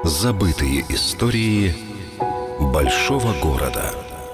Забытые истории большого города.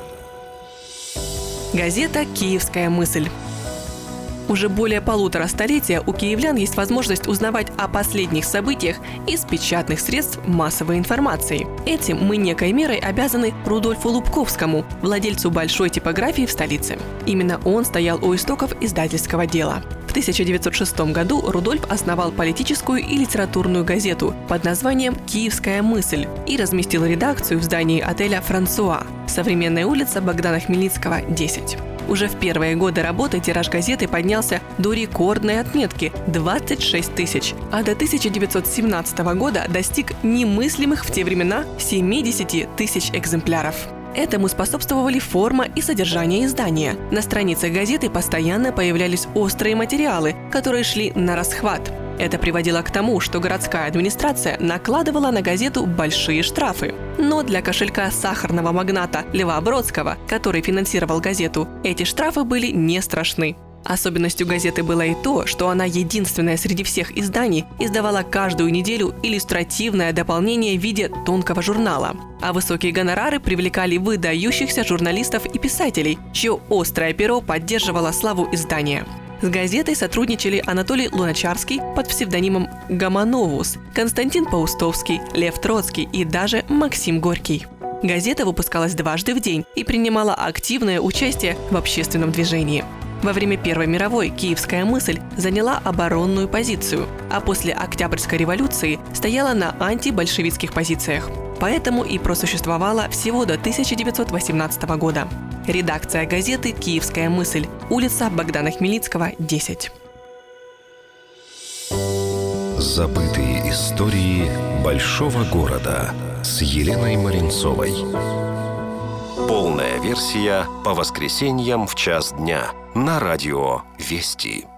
Газета «Киевская мысль». Уже более полутора столетия у киевлян есть возможность узнавать о последних событиях из печатных средств массовой информации. Этим мы некой мерой обязаны Рудольфу Лубковскому, владельцу большой типографии в столице. Именно он стоял у истоков издательского дела. В 1906 году Рудольф основал политическую и литературную газету под названием «Киевская мысль» и разместил редакцию в здании отеля «Франсуа», современная улица Богдана Хмельницкого, 10. Уже в первые годы работы тираж газеты поднялся до рекордной отметки – 26 тысяч, а до 1917 года достиг немыслимых в те времена 70 тысяч экземпляров. Этому способствовали форма и содержание издания. На страницах газеты постоянно появлялись острые материалы, которые шли на расхват. Это приводило к тому, что городская администрация накладывала на газету большие штрафы. Но для кошелька сахарного магната Льва Бродского, который финансировал газету, эти штрафы были не страшны. Особенностью газеты было и то, что она единственная среди всех изданий издавала каждую неделю иллюстративное дополнение в виде тонкого журнала. А высокие гонорары привлекали выдающихся журналистов и писателей, чье острое перо поддерживало славу издания. С газетой сотрудничали Анатолий Луначарский под псевдонимом Гомоновус, Константин Паустовский, Лев Троцкий и даже Максим Горький. Газета выпускалась дважды в день и принимала активное участие в общественном движении. Во время Первой мировой «Киевская мысль» заняла оборонную позицию, а после Октябрьской революции стояла на антибольшевистских позициях. Поэтому и просуществовала всего до 1918 года. Редакция газеты «Киевская мысль», улица Богдана Хмельницкого, 10. Забытые истории большого города с Еленой Маринцовой. Полная версия по воскресеньям в час дня на радио «Вести».